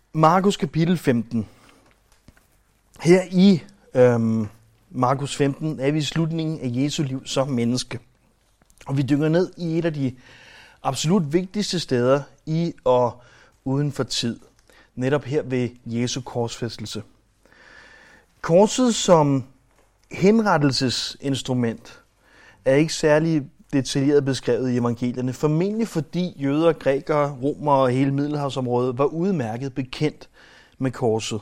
Markus kapitel 15. Her i Markus 15 er vi i slutningen af Jesu liv som menneske. Og vi dykker ned i et af de absolut vigtigste steder i og uden for tid. Netop her ved Jesu korsfæstelse. Korset som henrettelsesinstrument er ikke særlig detaljeret beskrevet i evangelierne, formentlig fordi jøder, grækere, romere og hele Middelhavsområdet var udmærket bekendt med korset.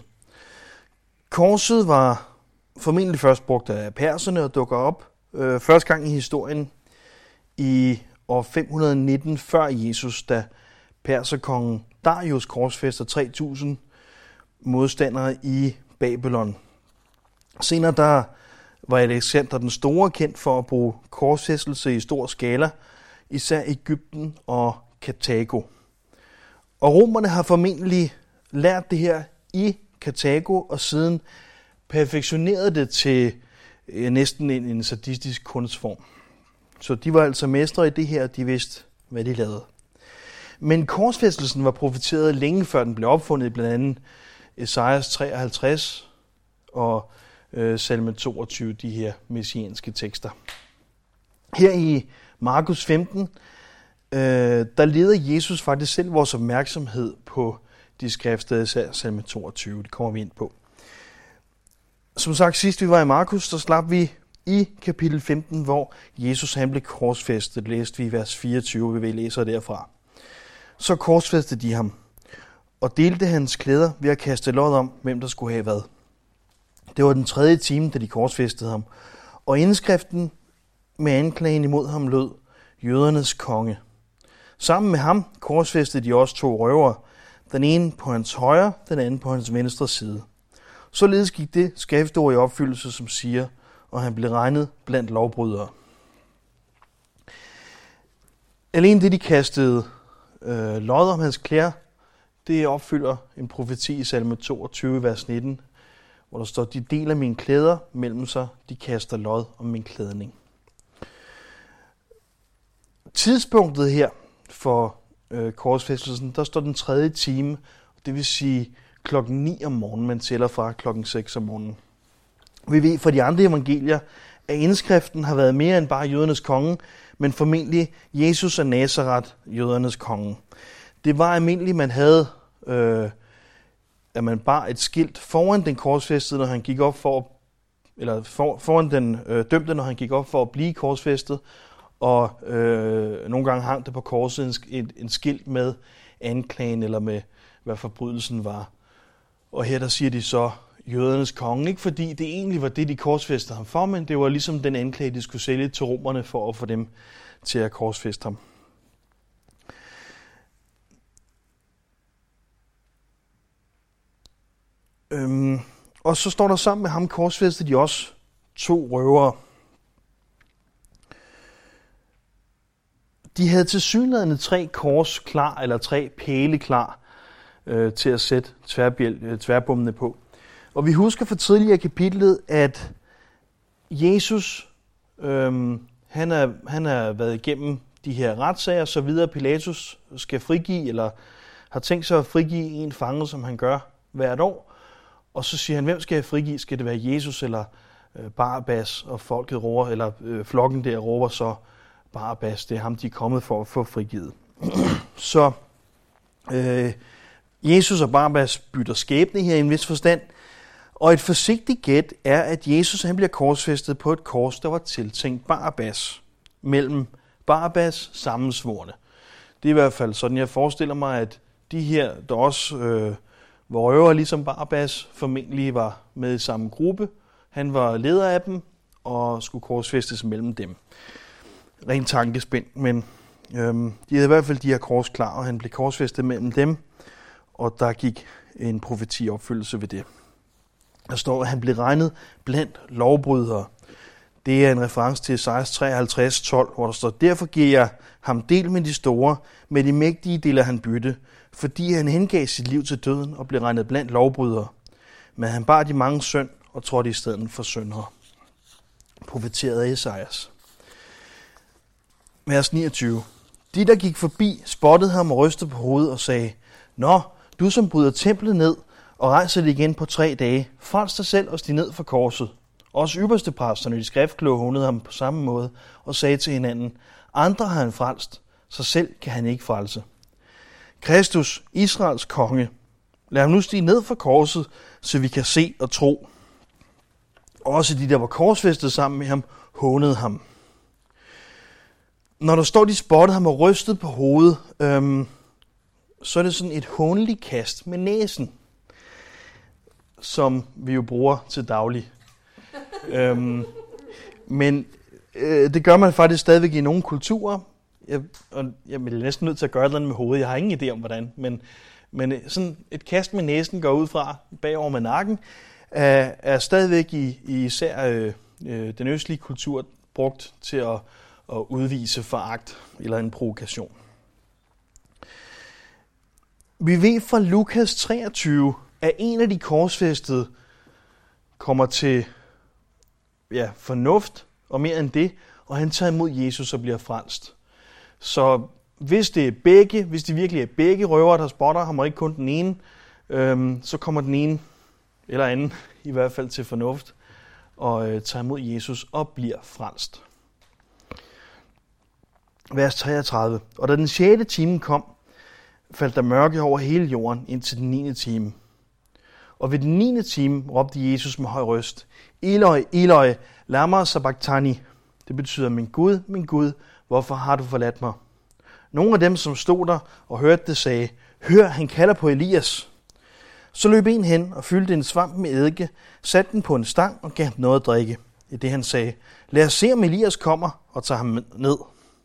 Korset var formentlig først brugt af perserne og dukker op første gang i historien i år 519 før Jesus, da perserkongen Darius korsfæster 3.000 modstandere i Babylon. Senere der var Alexander den Store kendt for at bruge korsfæstelse i stor skala, især Egypten og Karthago. Og romerne har formentlig lært det her i Karthago og siden perfektioneret det til næsten en sadistisk kunstform. Så de var altså mestre i det her, og de vidste, hvad de lavede. Men korsfæstelsen var profeteret længe før den blev opfundet, blandt andet Esajas 53 og salme 22, de her messianske tekster. Her i Markus 15, der leder Jesus faktisk selv vores opmærksomhed på de skriftsteder, salme 22. Det kommer vi ind på. Som sagt, sidst vi var i Markus, så slap vi i kapitel 15, hvor Jesus han blev korsfæstet. Læste vi i vers 24, vi læser derfra. Så korsfæstede de ham og delte hans klæder ved at kaste lod om, hvem der skulle have hvad. Det var den 3. time, da de korsfæstede ham, og indskriften med anklagen imod ham lød, jødernes konge. Sammen med ham korsfæstede de også 2 røvere, den ene på hans højre, den anden på hans venstre side. Således gik det skriftord i opfyldelse, som siger, og han blev regnet blandt lovbrydere. Alene det, de kastede lod om hans klæder, det opfylder en profeti i salme 22, vers 19, hvor der står, de deler mine klæder mellem sig, de kaster lod om min klædning. Tidspunktet her for korsfæstelsen, der står den 3. time, det vil sige klokken 9 om morgenen, man tæller fra klokken 6 om morgenen. Vi ved fra de andre evangelier, at indskriften har været mere end bare jødernes konge, men formentlig Jesus af Nazaret, jødernes konge. Det var almindeligt, man havde, at man bar et skilt foran den korsfæstede, når han gik op foran den dømte, når han gik op for at blive korsfæstet, og nogle gange hang det på korset en skilt med anklagen, eller med hvad forbrydelsen var. Og her der siger de så jødernes konge, ikke fordi det egentlig var det, de korsfæstede ham for, men det var ligesom den anklage, de skulle sælge til romerne for at få dem til at korsfæste ham. Og så står der sammen med ham korsfæstede de også 2 røvere. De havde tilsyneladende 3 kors klar, eller 3 pæle klar, til at sætte tværbommene på. Og vi husker fra tidligere i kapitlet, at Jesus, han har været igennem de her retssager, så videre Pilatus skal frigive, eller har tænkt sig at frigive en fange, som han gør hvert år. Og så siger han, hvem skal jeg frigive? Skal det være Jesus eller Barabbas? Og folket råber, eller flokken der råber så Barabbas. Det er ham, de er kommet for at få frigivet. Så Jesus og Barabbas bytter skæbne her i en vis forstand. Og et forsigtigt gæt er, at Jesus han bliver korsfæstet på et kors, der var tiltænkt Barabbas. Mellem Barabbas sammensvorne. Det er i hvert fald sådan, jeg forestiller mig, at de her, der også var røvere ligesom Barabbas, formentlig var med i samme gruppe. Han var leder af dem og skulle korsfæstes mellem dem. Rent tankespind, men de havde i hvert fald de her kors klar, og han blev korsfæstet mellem dem, og der gik en profeti opfyldelse ved det. Der står, at han blev regnet blandt lovbrydere. Det er en reference til Esajas 53, 12, hvor der står, derfor giver jeg ham del med de store, med de mægtige deler han bytte, fordi han hengav sit liv til døden og blev regnet blandt lovbrydere. Men han bar de mange synd og trådte i stedet for syndere. Profeteret af Esajas. Vers 29. De, der gik forbi, spottede ham og rystede på hovedet og sagde, nå, du som bryder templet ned og rejser det igen på 3 dage, frels dig selv og stig ned fra korset. Også ypperstepræsterne, de skriftkloge, hånede ham på samme måde og sagde til hinanden, andre har han frelst, så selv kan han ikke frelse. Kristus, Israels konge, lad ham nu stige ned fra korset, så vi kan se og tro. Også de, der var korsfæstet sammen med ham, hånede ham. Når der står, de spottede ham og rystede på hovedet, så er det sådan et hånligt kast med næsen, som vi jo bruger til daglig. Men det gør man faktisk stadigvæk i nogle kulturer. Jeg er næsten nødt til at gøre det med hovedet. Jeg har ingen idé om, hvordan. Men sådan et kast med næsen går ud fra bagover med nakken, er stadigvæk i især den østlige kultur brugt til at udvise foragt eller en provokation. Vi ved fra Lukas 23, at en af de korsfæstede kommer til fornuft og mere end det, og han tager imod Jesus og bliver frelst. Så hvis det virkelig er begge røvere, der spotter ham, og ikke kun den ene, så kommer den ene eller anden i hvert fald til fornuft og tager imod Jesus og bliver frelst. Vers 33. Og da den 6. time kom, faldt der mørke over hele jorden indtil den 9. time. Og ved den 9. time råbte Jesus med høj røst, Eloi, Eloi, lama sabachthani. Det betyder, min Gud, hvorfor har du forladt mig? Nogle af dem, som stod der og hørte det, sagde, hør, han kalder på Elias. Så løb en hen og fyldte en svamp med eddike, satte den på en stang og gav ham noget at drikke. I det han sagde, lad os se, om Elias kommer og tager ham ned.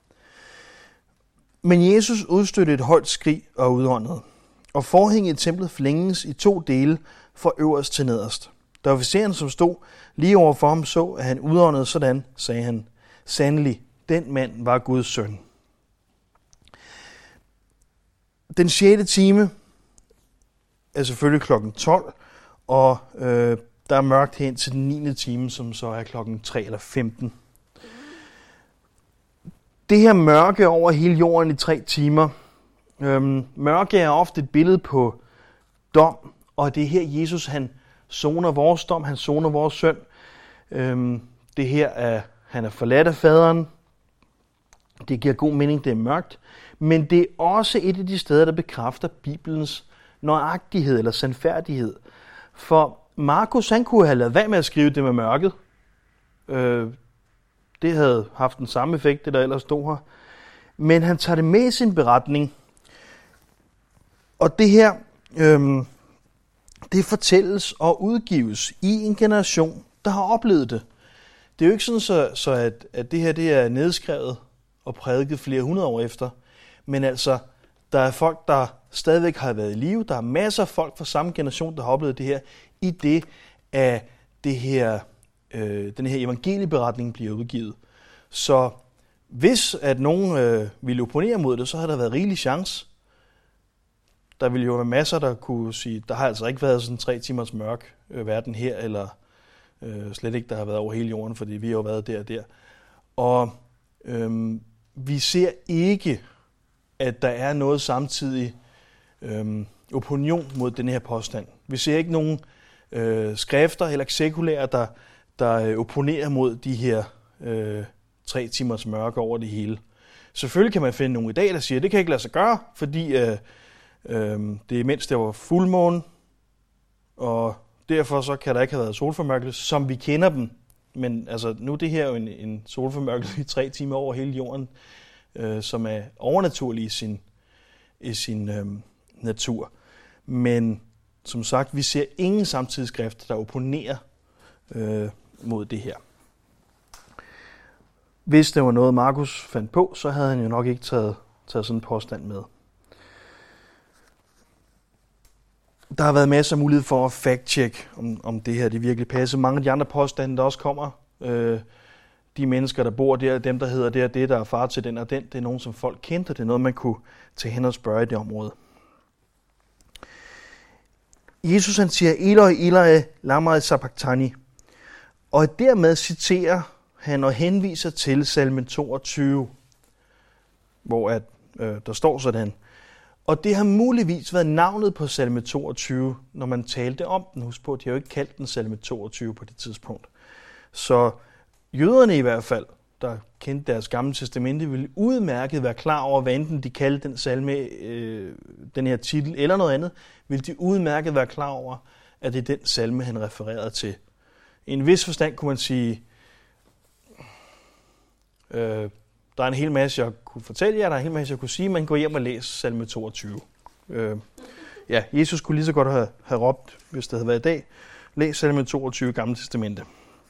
Men Jesus udstødte et højt skrig og udåndede, og forhænget i templet flænges i 2 dele fra øverst til nederst. Da officeren, som stod lige over for ham, så, at han udåndede sådan, sagde han, sandelig, den mand var Guds søn. Den 6. time er selvfølgelig klokken 12, og der er mørkt hen til den 9. time, som så er klokken 3 eller 15. Det her mørke over hele jorden i 3 timer, mørke er ofte et billede på dom, og det er her Jesus, han soner vores dom, han soner vores synd. Det her er, han er forladt af faderen. Det giver god mening, det er mørkt. Men det er også et af de steder, der bekræfter Bibelens nøjagtighed eller sandfærdighed. For Markus, han kunne have ladet være med at skrive det med mørket. Det havde haft den samme effekt, det der ellers stod her. Men han tager det med i sin beretning. Og det her, det fortælles og udgives i en generation, der har oplevet det. Det er jo ikke sådan, så at det her det er nedskrevet og prædiket flere hundrede år efter. Men altså, der er folk, der stadigvæk har været i live. Der er masser af folk fra samme generation, der har oplevet det her, i det af det her, den her evangelieberetning bliver udgivet. Så hvis at nogen ville opponere mod det, så har der været rigelig chance. Der ville jo være masser, der kunne sige, der har altså ikke været sådan 3 timers mørk verden her, eller slet ikke, der har været over hele jorden, fordi vi har jo været der og der. Og vi ser ikke, at der er noget samtidig opinion mod den her påstand. Vi ser ikke nogen skrifter eller sekulære, der opponerer mod de her 3 timers mørke over det hele. Selvfølgelig kan man finde nogen i dag, der siger, at det kan ikke lade sig gøre, fordi det er mens der var fuldmåne, og derfor så kan der ikke have været solformørkelse, som vi kender dem. Men altså, nu er det her jo en solformørkelse i 3 timer over hele jorden, som er overnaturlig i sin natur. Men som sagt, vi ser ingen samtidsskrifter, der opponerer mod det her. Hvis det var noget, Markus fandt på, så havde han jo nok ikke taget sådan en påstand med. Der har været masser af mulighed for at fact-check, om det her det virkelig passer. Mange af de andre påstande, der også kommer, de mennesker, der bor der, dem, der hedder det og det, der er far til den og den, det er nogen, som folk kendte, det er noget, man kunne tage hen og spørge i det område. Jesus han siger, Eloi, Eloi, lama sabachthani. Og dermed citerer han og henviser til salme 22, hvor der står sådan, Og det har muligvis været navnet på salme 22, når man talte om den. Husk på, de har jo ikke kaldt den salme 22 på det tidspunkt. Så jøderne i hvert fald, der kendte deres gamle testamente, ville udmærket være klar over, hvad enten de kaldte den salme, den her titel eller noget andet, ville de udmærket være klar over, at det er den salme, han refererede til. I en vis forstand kunne man sige, der er en hel masse, jeg kunne fortælle jer, der er en hel masse, jeg kunne sige, men gå hjem og læs salme 22. Jesus kunne lige så godt have råbt, hvis det havde været i dag, læs salme 22 i Gamle Testamente.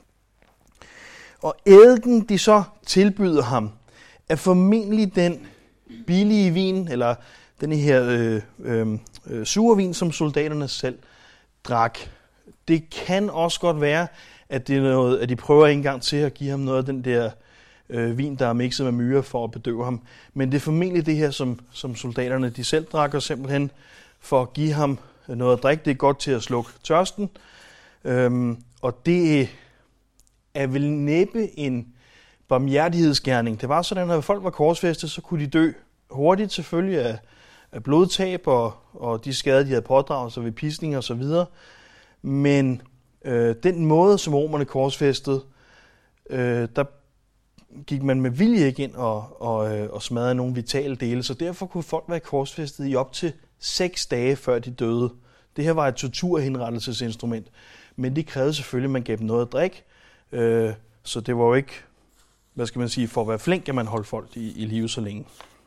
Og eddike, de så tilbyder ham, er formentlig den billige vin, eller den her sure vin, som soldaterne selv drak. Det kan også godt være, at det er noget, at de prøver en gang til at give ham noget af den der vin, der er mixet med myre for at bedøve ham. Men det er formentlig det her, som soldaterne de selv drak, og simpelthen for at give ham noget at drikke. Det er godt til at slukke tørsten. Og det er vel næppe en barmhjertighedsgerning. Det var sådan, at når folk var korsfæstet, så kunne de dø hurtigt, selvfølgelig af blodtab og de skader, de havde pådraget sig ved piskning og så videre. Men den måde, som romerne korsfæstede, der gik man med vilje ikke ind og smadrede nogle vitale dele, så derfor kunne folk være korsfæstet i op til 6 dage, før de døde. Det her var et torturhenrettelsesinstrument, men det krævede selvfølgelig, at man gav dem noget at drikke, så det var jo ikke, for at være flink, at man holdt folk i live så længe.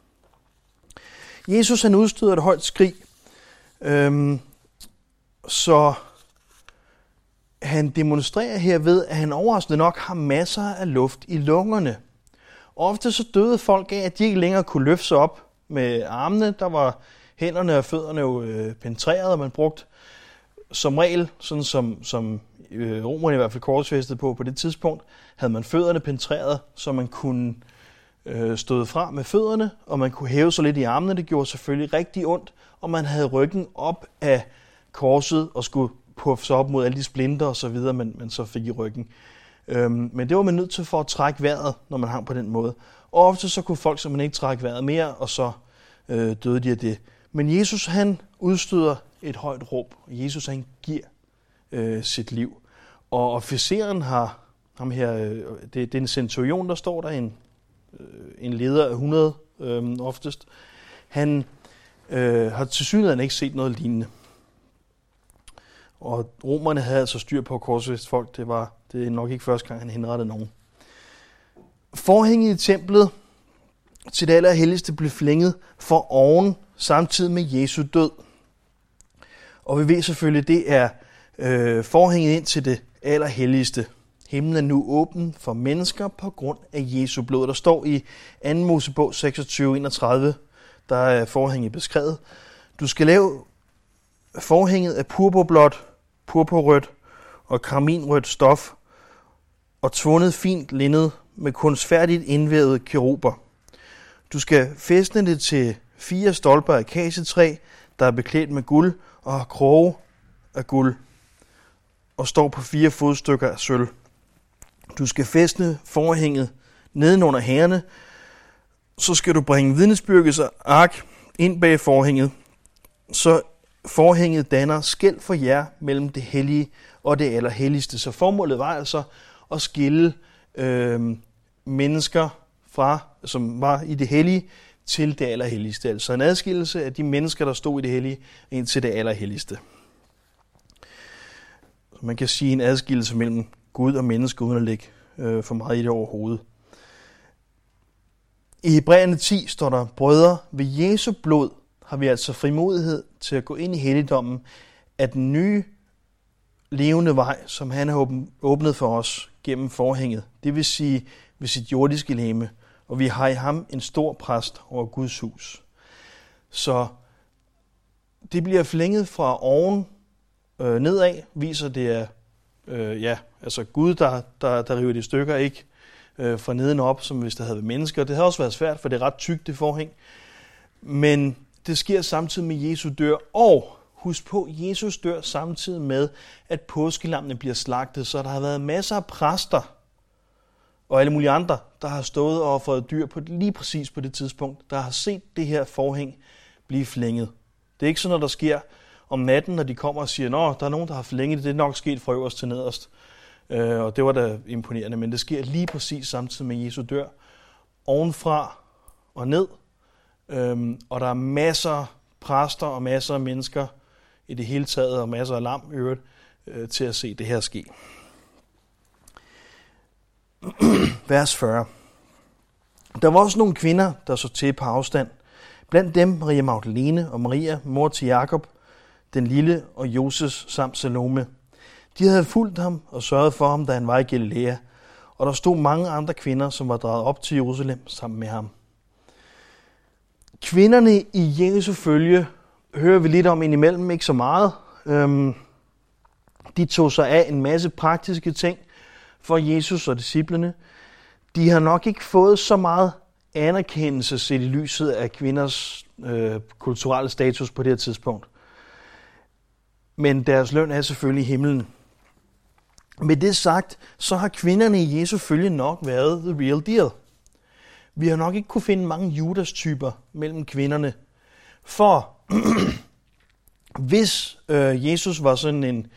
Jesus han udstøder et højt skrig, så han demonstrerer her ved, at han overraskende nok har masser af luft i lungerne. Ofte så døde folk af, at de ikke længere kunne løfte sig op med armene. Der var hænderne og fødderne jo penetreret, og man brugte som regel, sådan som romerne i hvert fald korsfæstede på det tidspunkt, havde man fødderne penetreret, så man kunne støde fra med fødderne, og man kunne hæve sig lidt i armene. Det gjorde selvfølgelig rigtig ondt, og man havde ryggen op af korset og skulle puffe sig op mod alle de splinter og så videre, man så fik i ryggen. Men det var man nødt til for at trække vejret, når man hang på den måde. Og ofte så kunne folk simpelthen ikke trække vejret mere, og så døde de af det. Men Jesus han udstøder et højt råb. Jesus han giver sit liv. Og officeren har ham her, det er en centurion, der står der, en leder af 100 oftest. Han har tilsyneladende ikke set noget lignende. Og romerne havde altså styr på korsfæste folk. Det er nok ikke første gang, han henrettede nogen. Forhænget i templet til det allerhelligste blev flænget for oven samtidig med Jesu død. Og vi ved selvfølgelig, at det er forhænget ind til det allerhelligste. Himlen er nu åben for mennesker på grund af Jesu blod. Der står i 2. Mosebog 26:31, der er forhænget beskrevet. Du skal lave forhænget af purpurblåt, purpurrødt og karminrødt stof og tvundet fint linned med kunstfærdigt indvævede keruber. Du skal fæstne det til 4 stolper af akacietræ, der er beklædt med guld og har kroge af guld og står på 4 fodstykker af sølv. Du skal fæstne forhænget nedenunder hærene, så skal du bringe vidnesbyrdets ark ind bag forhænget, så forhænget danner skel for jer mellem det hellige og det allerhelligste. Så formålet var altså at skille mennesker fra, som var i det hellige, til det allerhelligste. Altså en adskillelse af de mennesker, der stod i det hellige, ind til det allerhelligste. Man kan sige en adskillelse mellem Gud og menneske, uden at lægge for meget i det overhovedet. I Hebræerne 10 står der, brødre, ved Jesu blod har vi altså frimodighed til at gå ind i helligdommen af den nye levende vej, som han har åbnet for os gennem forhænget. Det vil sige ved sit jordiske legeme, og vi har i ham en stor præst over Guds hus. Så det bliver flænget fra oven nedad, viser det er Gud, der river de stykker, ikke fra neden op, som hvis der havde været mennesker. Det havde også været svært, for det er ret tykt, det forhæng. Men det sker samtidig med Jesu dør, og husk på, Jesus dør samtidig med, at påskelammene bliver slagtet, så der har været masser af præster og alle mulige andre, der har stået og offret dyr lige præcis på det tidspunkt, der har set det her forhæng blive flænget. Det er ikke sådan noget, der sker om natten, når de kommer og siger, nå, der er nogen, der har flænget det. Det er nok sket fra øverst til nederst. Og det var da imponerende. Men det sker lige præcis samtidig med Jesu dør. Ovenfra og ned. Og der er masser af præster og masser af mennesker i det hele taget, og masser af lam i øvrigt, til at se det her ske. Vers 40. Der var også nogle kvinder, der så til på afstand. Blandt dem Maria Magdalene og Maria, mor til Jakob, den lille, og Joses samt Salome. De havde fulgt ham og sørget for ham, da han var i Galilea, og der stod mange andre kvinder, som var draget op til Jerusalem sammen med ham. Kvinderne i Jesu følge hører vi lidt om indimellem, ikke så meget. De tog sig af en masse praktiske ting for Jesus og disciplene. De har nok ikke fået så meget anerkendelse set i lyset af kvinders kulturelle status på det her tidspunkt. Men deres løn er selvfølgelig i himlen. Med det sagt, så har kvinderne i Jesu følge nok været the real deal. Vi har nok ikke kunne finde mange Judas-typer mellem kvinderne. For hvis Jesus var sådan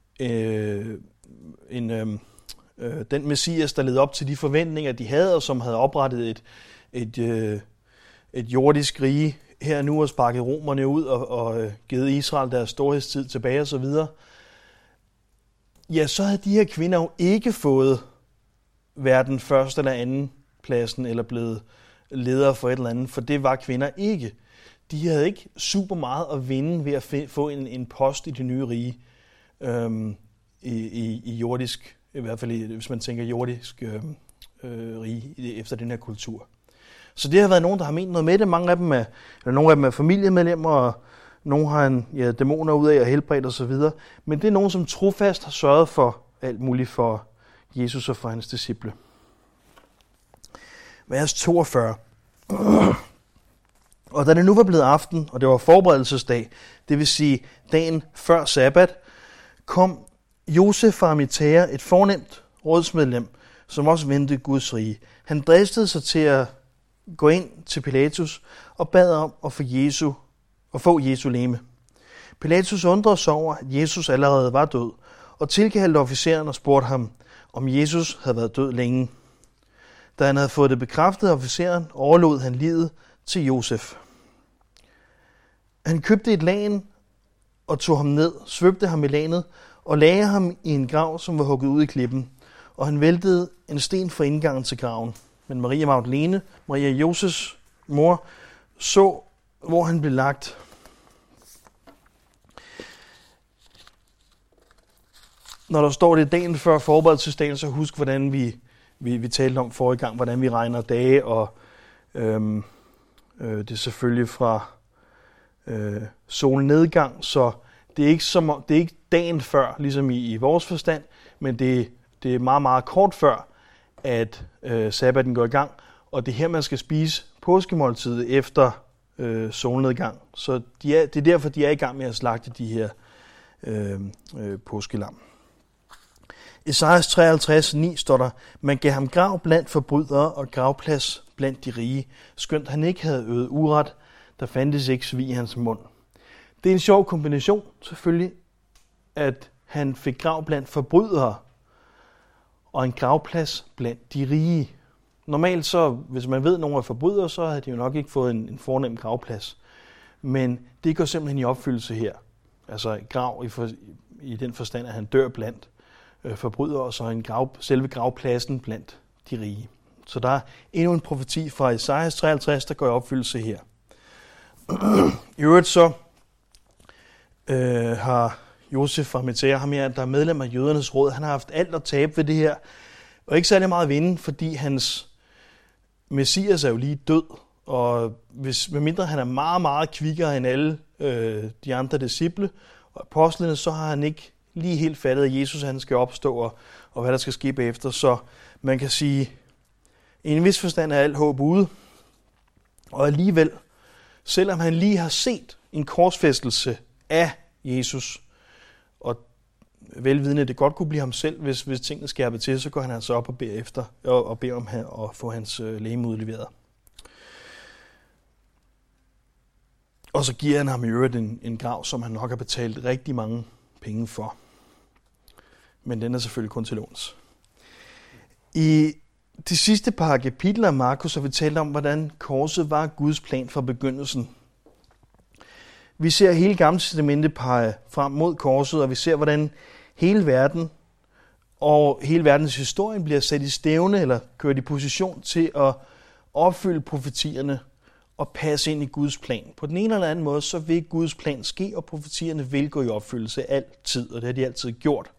den messias, der led op til de forventninger, de havde, og som havde oprettet et jordisk rige her nu og sparket romerne ud og givet Israel deres storhedstid tilbage osv., ja, så havde de her kvinder jo ikke fået hverken første eller anden pladsen eller blevet ledere for et eller andet, for det var kvinder ikke. De havde ikke super meget at vinde ved at få en post i det nye rige, i jordisk, i hvert fald hvis man tænker jordisk rige efter den her kultur. Så det har været nogen, der har ment noget med det. Nogle af dem er familiemedlemmer, og nogle har dæmoner ud af og helbredt og så videre. Men det er nogen, som trofast har sørget for alt muligt for Jesus og for hans disciple. Vers 42. Og da det nu var blevet aften, og det var forberedelsesdag, det vil sige dagen før sabbat, kom Josef fra Arimathæa, et fornemt rådsmedlem, som også vendte Guds rige. Han dristede sig til at gå ind til Pilatus og bad om at få Jesu legeme. Pilatus undrede sig over, at Jesus allerede var død, og tilkaldte officeren og spurgte ham, om Jesus havde været død længe. Da han havde fået det bekræftet af officeren, overlod han liget til Josef. Han købte et lagen og tog ham ned, svøbte ham i lagenet og lagde ham i en grav, som var hugget ud i klippen, og han væltede en sten fra indgangen til graven. Men Maria Magdalene, Maria Josefs mor, så, hvor han blev lagt. Når der står det dagen før forberedelsesdagen, så husk, hvordan vi talte om forrige gang, hvordan vi regner dage, og det er selvfølgelig fra solnedgang, så det er ikke dagen før, ligesom i vores forstand, men det er meget, meget kort før, at sabbaten går i gang, og det er her, man skal spise påskemåltidet efter solnedgang. Så det er derfor, de er i gang med at slagte de her påskelam. Esajas 53:9 står der, man gav ham grav blandt forbrydere og gravplads blandt de rige, skønt han ikke havde øvet uret, der fandtes ikke svig i hans mund. Det er en sjov kombination, selvfølgelig, at han fik grav blandt forbrydere og en gravplads blandt de rige. Normalt så, hvis man ved, at nogen er forbrydere, så havde de jo nok ikke fået en fornem gravplads. Men det går simpelthen i opfyldelse her. Altså grav i den forstand, at han dør blandt forbrydere, og så selve gravpladsen blandt de rige. Så der er endnu en profeti fra Esajas 53, der går i opfyldelse her. I øvrigt så har Josef fra Arimathæa, ham her, der er medlem af jødernes råd, han har haft alt at tabe ved det her, og ikke særlig meget at vinde, fordi hans messias er jo lige død, og medmindre han er meget, meget kvikkere end alle de andre disciple og apostlene, så har han ikke lige helt fattet, at Jesus han skal opstå, og hvad der skal ske bagefter. Så man kan sige, i en vis forstand er alt håb ude, og alligevel, selvom han lige har set en korsfæstelse af Jesus, og velvidende, at det godt kunne blive ham selv, hvis tingene skærpede til, så går han altså op og beder efter, og beder om at få hans legeme udleveret. Og så giver han ham i øvrigt en grav, som han nok har betalt rigtig mange penge for. Men den er selvfølgelig kun til låns. I de sidste par kapitler af Markus har vi talt om, hvordan korset var Guds plan fra begyndelsen. Vi ser hele Gamle Testamentet pege frem mod korset, og vi ser, hvordan hele verden og hele verdens historie bliver sat i stævne eller kørt i position til at opfylde profetierne og passe ind i Guds plan. På den ene eller anden måde, så vil Guds plan ske, og profetierne vil gå i opfyldelse altid, og det har de altid gjort.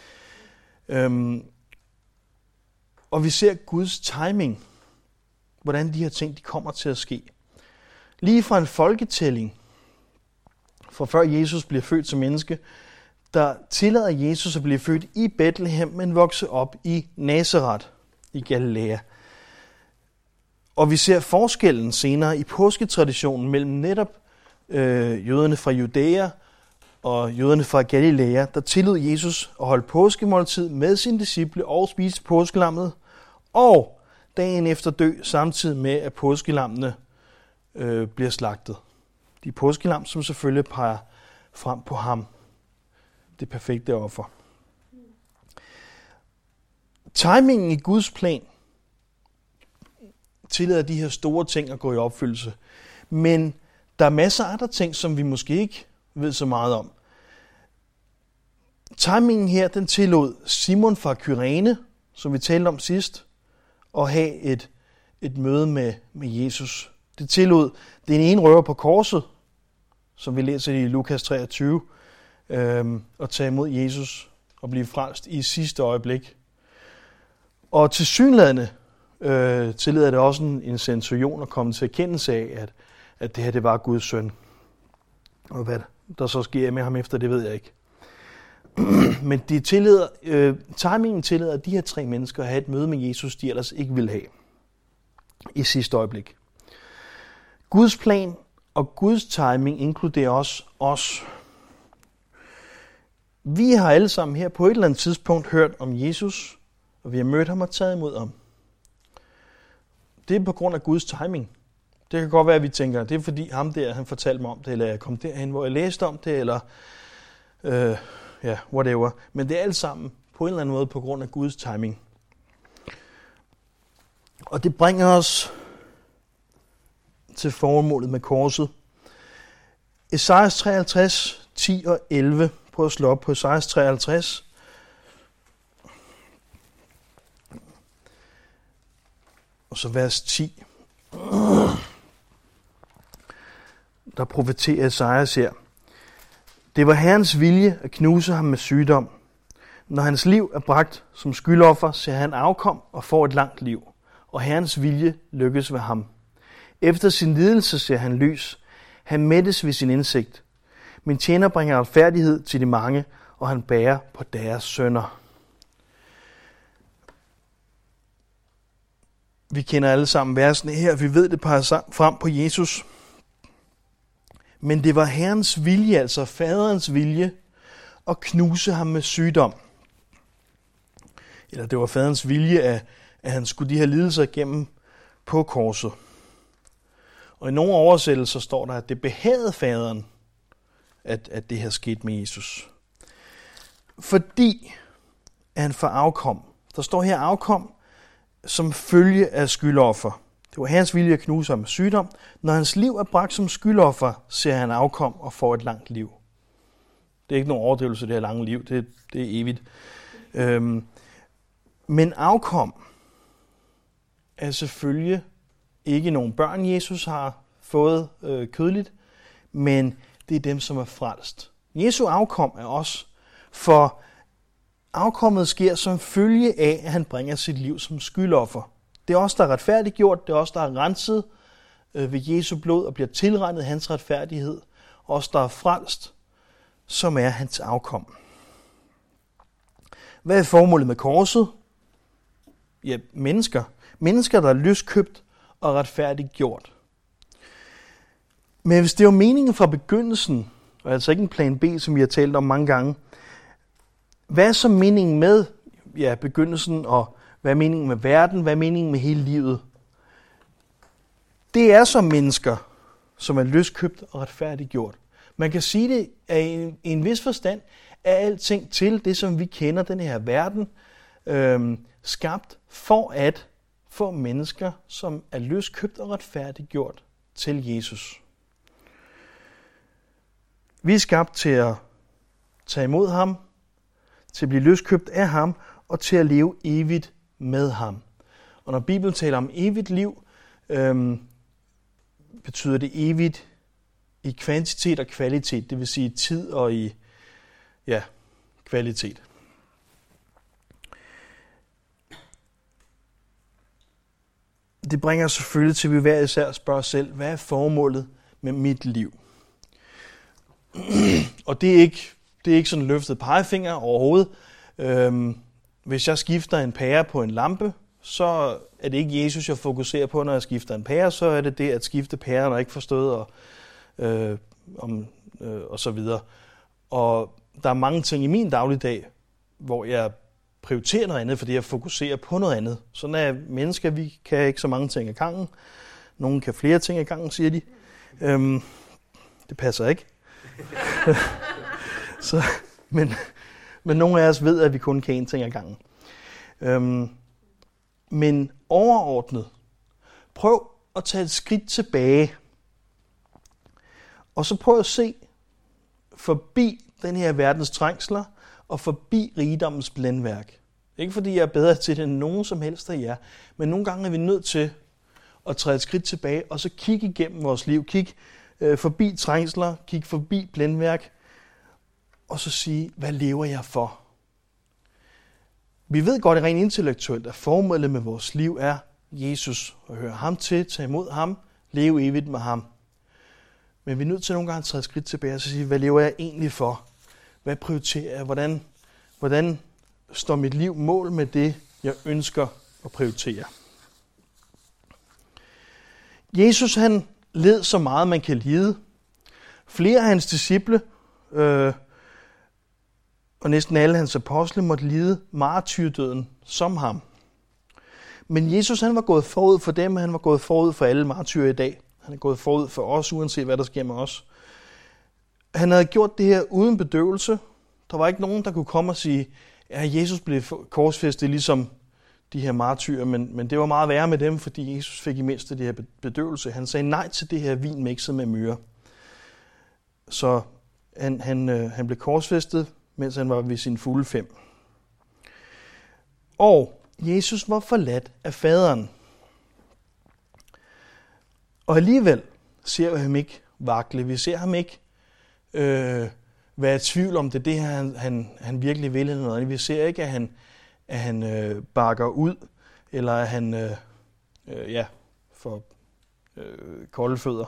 Og vi ser Guds timing, hvordan de her ting de kommer til at ske. Lige fra en folketælling, for før Jesus bliver født som menneske, der tillader Jesus at blive født i Bethlehem, men vokse op i Nazaret i Galilea. Og vi ser forskellen senere i påsketraditionen mellem netop jøderne fra Judæa og jøderne fra Galilea, der tillod Jesus at holde påskemåltid med sine disciple og spise påskelammet, og dagen efter dø, samtidig med at påskelammene bliver slagtet. De påskelam, som selvfølgelig peger frem på ham, det perfekte offer. Timingen i Guds plan tillader de her store ting at gå i opfyldelse. Men der er masser af andre ting, som vi måske ikke ved så meget om. Timingen her, den tillod Simon fra Kyrene, som vi talte om sidst, at have et møde med Jesus. Det tillod den ene røver på korset, som vi læser i Lukas 23, at tage imod Jesus og blive frelst i sidste øjeblik. Og tilsyneladende tillader det også en centurion at komme til erkendelse af, at det her det var Guds søn. Og hvad der så sker med ham efter, det ved jeg ikke. Men timingen tillader, at de her 3 mennesker have et møde med Jesus, de ellers ikke ville have i sidste øjeblik. Guds plan og Guds timing inkluderer også os. Vi har alle sammen her på et eller andet tidspunkt hørt om Jesus, og vi har mødt ham og taget imod ham. Det er på grund af Guds timing. Det kan godt være, at vi tænker, det er fordi ham der, han fortalte mig om det, eller jeg kom derhen, hvor jeg læste om det, eller whatever. Men det er alt sammen på en eller anden måde på grund af Guds timing. Og det bringer os til formålet med korset. Esajas 53, 10 og 11. Prøv at slå op på Esajas 53. Og så vers 10. Der profeterer Esajas her. Det var Herrens vilje at knuse ham med sygdom. Når hans liv er bragt som skyldoffer, ser han afkom og får et langt liv. Og Herrens vilje lykkes ved ham. Efter sin lidelse ser han lys. Han mættes ved sin indsigt. Min tjener bringer retfærdighed til de mange, og han bærer på deres synder. Vi kender alle sammen versene her. Vi ved, det peger frem på Jesus. Men det var Herrens vilje, altså faderens vilje, at knuse ham med sygdom. Eller det var faderens vilje, at han skulle de her lidelser igennem på korset. Og i nogle oversættelser står der, at det behagede faderen, at det her skete med Jesus. Fordi at han får afkom. Der står her afkom som følge af skyldoffer. Det var hans vilje at knuse ham med sygdom. Når hans liv er bragt som skyldoffer, ser han afkom og får et langt liv. Det er ikke nogen overdrivelse, det her lange liv. Det er evigt. Men afkom er selvfølgelig ikke nogen børn, Jesus har fået kødligt, men det er dem, som er frelst. Jesu afkom er os, for afkommet sker som følge af, at han bringer sit liv som skyldoffer. Det er os, der er retfærdiggjort, det er os, der er renset ved Jesu blod og bliver tilregnet hans retfærdighed, og os, der er frelst, som er hans afkom. Hvad er formålet med korset? Ja, mennesker. Mennesker, der er løskøbt og retfærdiggjort. Men hvis det var meningen fra begyndelsen, og altså ikke en plan B, som vi har talt om mange gange, hvad er så meningen med begyndelsen, og hvad er meningen med verden, hvad er meningen med hele livet? Det er som mennesker, som er løskøbt og retfærdiggjort. Man kan sige det, at i en vis forstand er alting til det, som vi kender, den her verden, skabt for at få mennesker, som er løskøbt og retfærdiggjort til Jesus. Vi er skabt til at tage imod ham, til at blive løskøbt af ham, og til at leve evigt med ham. Og når Bibelen taler om evigt liv, betyder det evigt i kvantitet og kvalitet, det vil sige tid og i kvalitet. Det bringer os selvfølgelig til, at vi hver især spørger os selv, hvad er formålet med mit liv? Og det er ikke sådan løftet pegefinger overhovedet. Hvis jeg skifter en pære på en lampe, så er det ikke Jesus, jeg fokuserer på, når jeg skifter en pære, så er det at skifte pæren og ikke forstået og så videre. Og der er mange ting i min dagligdag, hvor jeg prioriterer noget andet, fordi jeg fokuserer på noget andet. Sådan er mennesker, vi kan ikke så mange ting ad gangen. Nogle kan flere ting ad gangen, siger de. Det passer ikke. Men nogle af os ved, at vi kun kan én ting ad gangen. Men overordnet, prøv at tage et skridt tilbage. Og så prøv at se forbi den her verdens trængsler og forbi rigdommens blændværk. Ikke fordi jeg er bedre til det end nogen som helst af jer, men nogle gange er vi nødt til at træde et skridt tilbage og så kigge igennem vores liv. Kig forbi trængsler, kig forbi blændværk og så sige, hvad lever jeg for? Vi ved godt rent intellektuelt, at formålet med vores liv er Jesus. At høre ham til, tage imod ham, leve evigt med ham. Men vi er nødt til nogle gange at træde skridt tilbage og sige, hvad lever jeg egentlig for? Hvad prioriterer jeg? Hvordan står mit liv mål med det, jeg ønsker at prioritere? Jesus han led så meget, man kan lide. Flere af hans disciple og næsten alle hans apostle måtte lide martyrdøden som ham. Men Jesus han var gået forud for dem, han var gået forud for alle martyrer i dag. Han er gået forud for os, uanset hvad der sker med os. Han havde gjort det her uden bedøvelse. Der var ikke nogen, der kunne komme og sige, at Jesus blev korsfæstet ligesom de her martyrer, men det var meget værre med dem, fordi Jesus fik i mindste det her bedøvelse. Han sagde nej til det her vin mixet med myre. Så han blev korsfæstet, mens han var ved sin fulde 5. Og Jesus var forladt af faderen. Og alligevel ser vi ham ikke vakle. Vi ser ham ikke være i tvivl om det her, han virkelig vil eller noget. Vi ser ikke, at han bakker ud, eller at han får kolde fødder.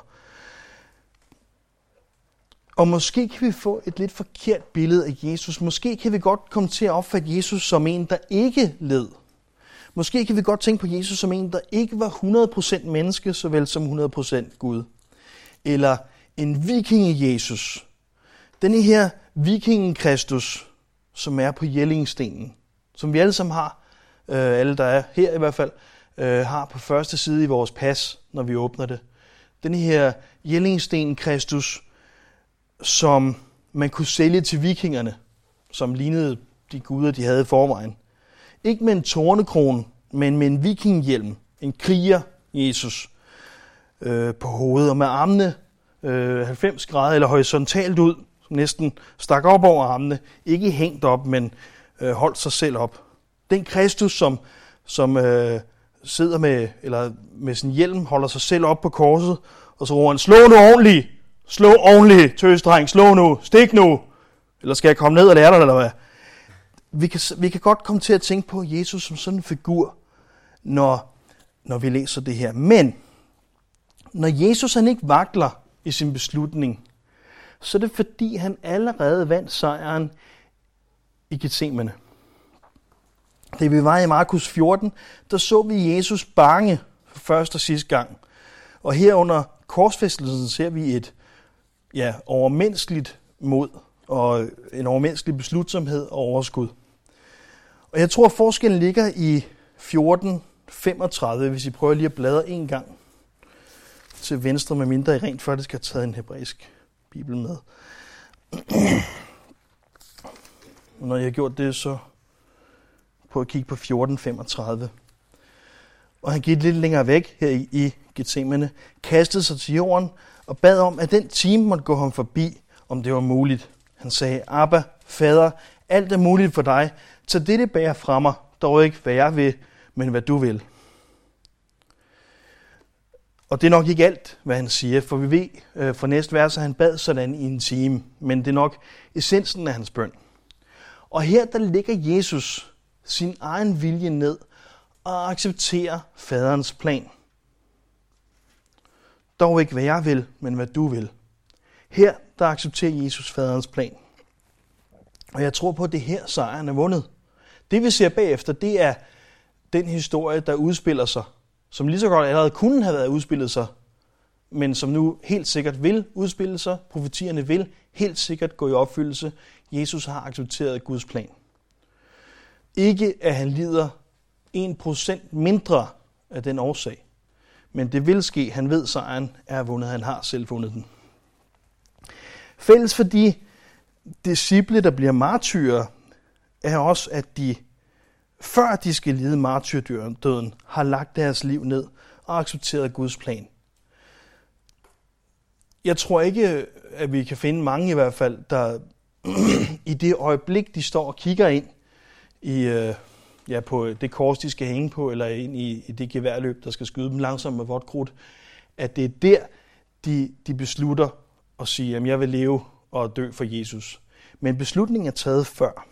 Og måske kan vi få et lidt forkert billede af Jesus. Måske kan vi godt komme til at opfatte Jesus som en, der ikke led. Måske kan vi godt tænke på Jesus som en, der ikke var 100% menneske, såvel som 100% Gud. Eller en vikinge-Jesus. Denne her vikingen-Kristus, som er på Jellingstenen. Som vi alle sammen har, alle der er her i hvert fald, har på første side i vores pas, når vi åbner det. Denne her Jellingstenen-Kristus, som man kunne sælge til vikingerne, som lignede de guder, de havde i forvejen. Ikke med en tornekrone, men med en vikinghjelm, en kriger Jesus på hovedet, og med armene 90 grader eller horisontalt ud, som næsten stak op over armene, ikke hængt op, men holdt sig selv op. Den Kristus, som sidder med sin hjelm, holder sig selv op på korset, og så råber han, slå nu ordentligt! Slå ordentligt, tøsdreng, slå nu, stik nu, eller skal jeg komme ned og lære dig, eller hvad? Vi kan godt komme til at tænke på Jesus som sådan en figur, når vi læser det her. Men når Jesus han ikke vakler i sin beslutning, så er det fordi han allerede vandt sejren i Getsemane. Da vi var i Markus 14, der så vi Jesus bange for første og sidste gang. Og her under korsfæstelsen ser vi et overmenneskeligt mod og en overmenneskelig beslutsomhed og overskud. Og jeg tror, at forskellen ligger i 14:35, hvis I prøver lige at bladre en gang. til venstre, medmindre I rent faktisk har taget en hebraisk bibel med. Og når jeg har gjort det, så på at kigge på 14:35. Og han gik lidt længere væk her i Getsemane, kastede sig til jorden og bad om, at den time måtte gå ham forbi, om det var muligt. Han sagde, Abba, fader, alt er muligt for dig. Tag dette bæger fra mig, dog ikke hvad jeg vil, men hvad du vil. Og det er nok ikke alt, hvad han siger, for vi ved fra næste vers, at han bad sådan i en time, men det er nok essensen af hans bøn. Og her der ligger Jesus sin egen vilje ned og accepterer faderens plan. Dog ikke hvad jeg vil, men hvad du vil. Her der accepterer Jesus faderens plan. Og jeg tror på, at det her sejren er vundet. Det vi ser bagefter, det er den historie, der udspiller sig, som lige så godt allerede kunne have været udspillet sig, men som nu helt sikkert vil udspille sig. Profetierne vil helt sikkert gå i opfyldelse. Jesus har accepteret Guds plan. Ikke at han lider 1% mindre af den årsag, men det vil ske. Han ved, sejren er vundet. Han har selv vundet den. Fælles for de disciple, der bliver martyrer, er også, at de, før de skal lide martyrdøden, har lagt deres liv ned og accepteret Guds plan. Jeg tror ikke, at vi kan finde mange i hvert fald, der i det øjeblik, de står og kigger ind på det kors, de skal hænge på, eller ind i det geværløb, der skal skyde dem langsomt med vådt krudt, at det er der, de beslutter at sige, at jeg vil leve og dø for Jesus. Men beslutningen er taget før.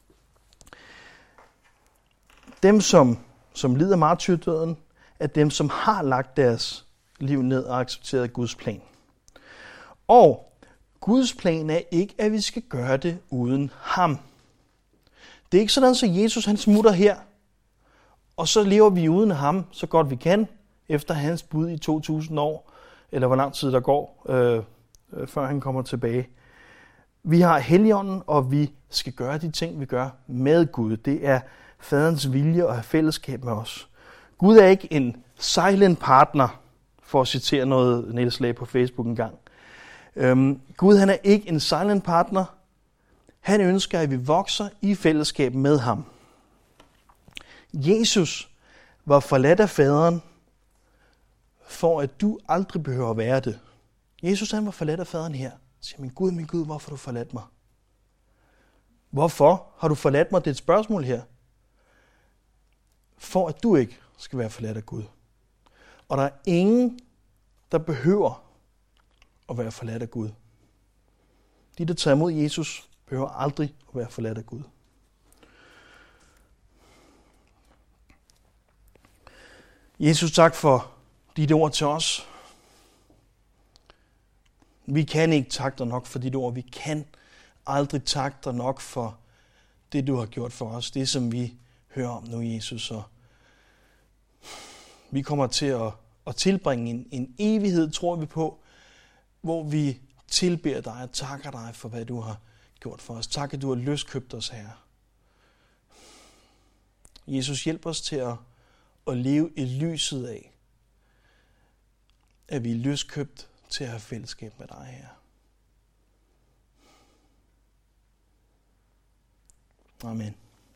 Dem, som lider martyrdøden, er dem, som har lagt deres liv ned og accepteret Guds plan. Og Guds plan er ikke, at vi skal gøre det uden ham. Det er ikke sådan, at Jesus han smutter her, og så lever vi uden ham så godt vi kan, efter hans bud i 2000 år, eller hvor lang tid der går, før han kommer tilbage. Vi har Helligånden, og vi skal gøre de ting, vi gør med Gud. Det er faderens vilje at have fællesskab med os. Gud er ikke en silent partner, for at citere noget Niels lagde på Facebook en gang. Gud han er ikke en silent partner. Han ønsker, at vi vokser i fællesskab med ham. Jesus var forladt af faderen, for at du aldrig behøver at være det. Jesus han var forladt af faderen her. Siger, min Gud, hvorfor har du forladt mig? Hvorfor har du forladt mig? Det er et spørgsmål her. For at du ikke skal være forladt af Gud. Og der er ingen, der behøver at være forladt af Gud. De, der tager imod Jesus, behøver aldrig at være forladt af Gud. Jesus, tak for dit ord til os. Vi kan ikke takke dig nok for dit ord. Vi kan aldrig takke dig nok for det, du har gjort for os. Det, som vi hører om nu, Jesus. Og vi kommer til at tilbringe en evighed, tror vi på, hvor vi tilbeder dig og takker dig for, hvad du har gjort for os. Tak, at du har løskøbt os, Herre. Jesus, hjælp os til at leve i lyset af, at vi er løskøbt til at have fællesskab med dig, Herre. Amen.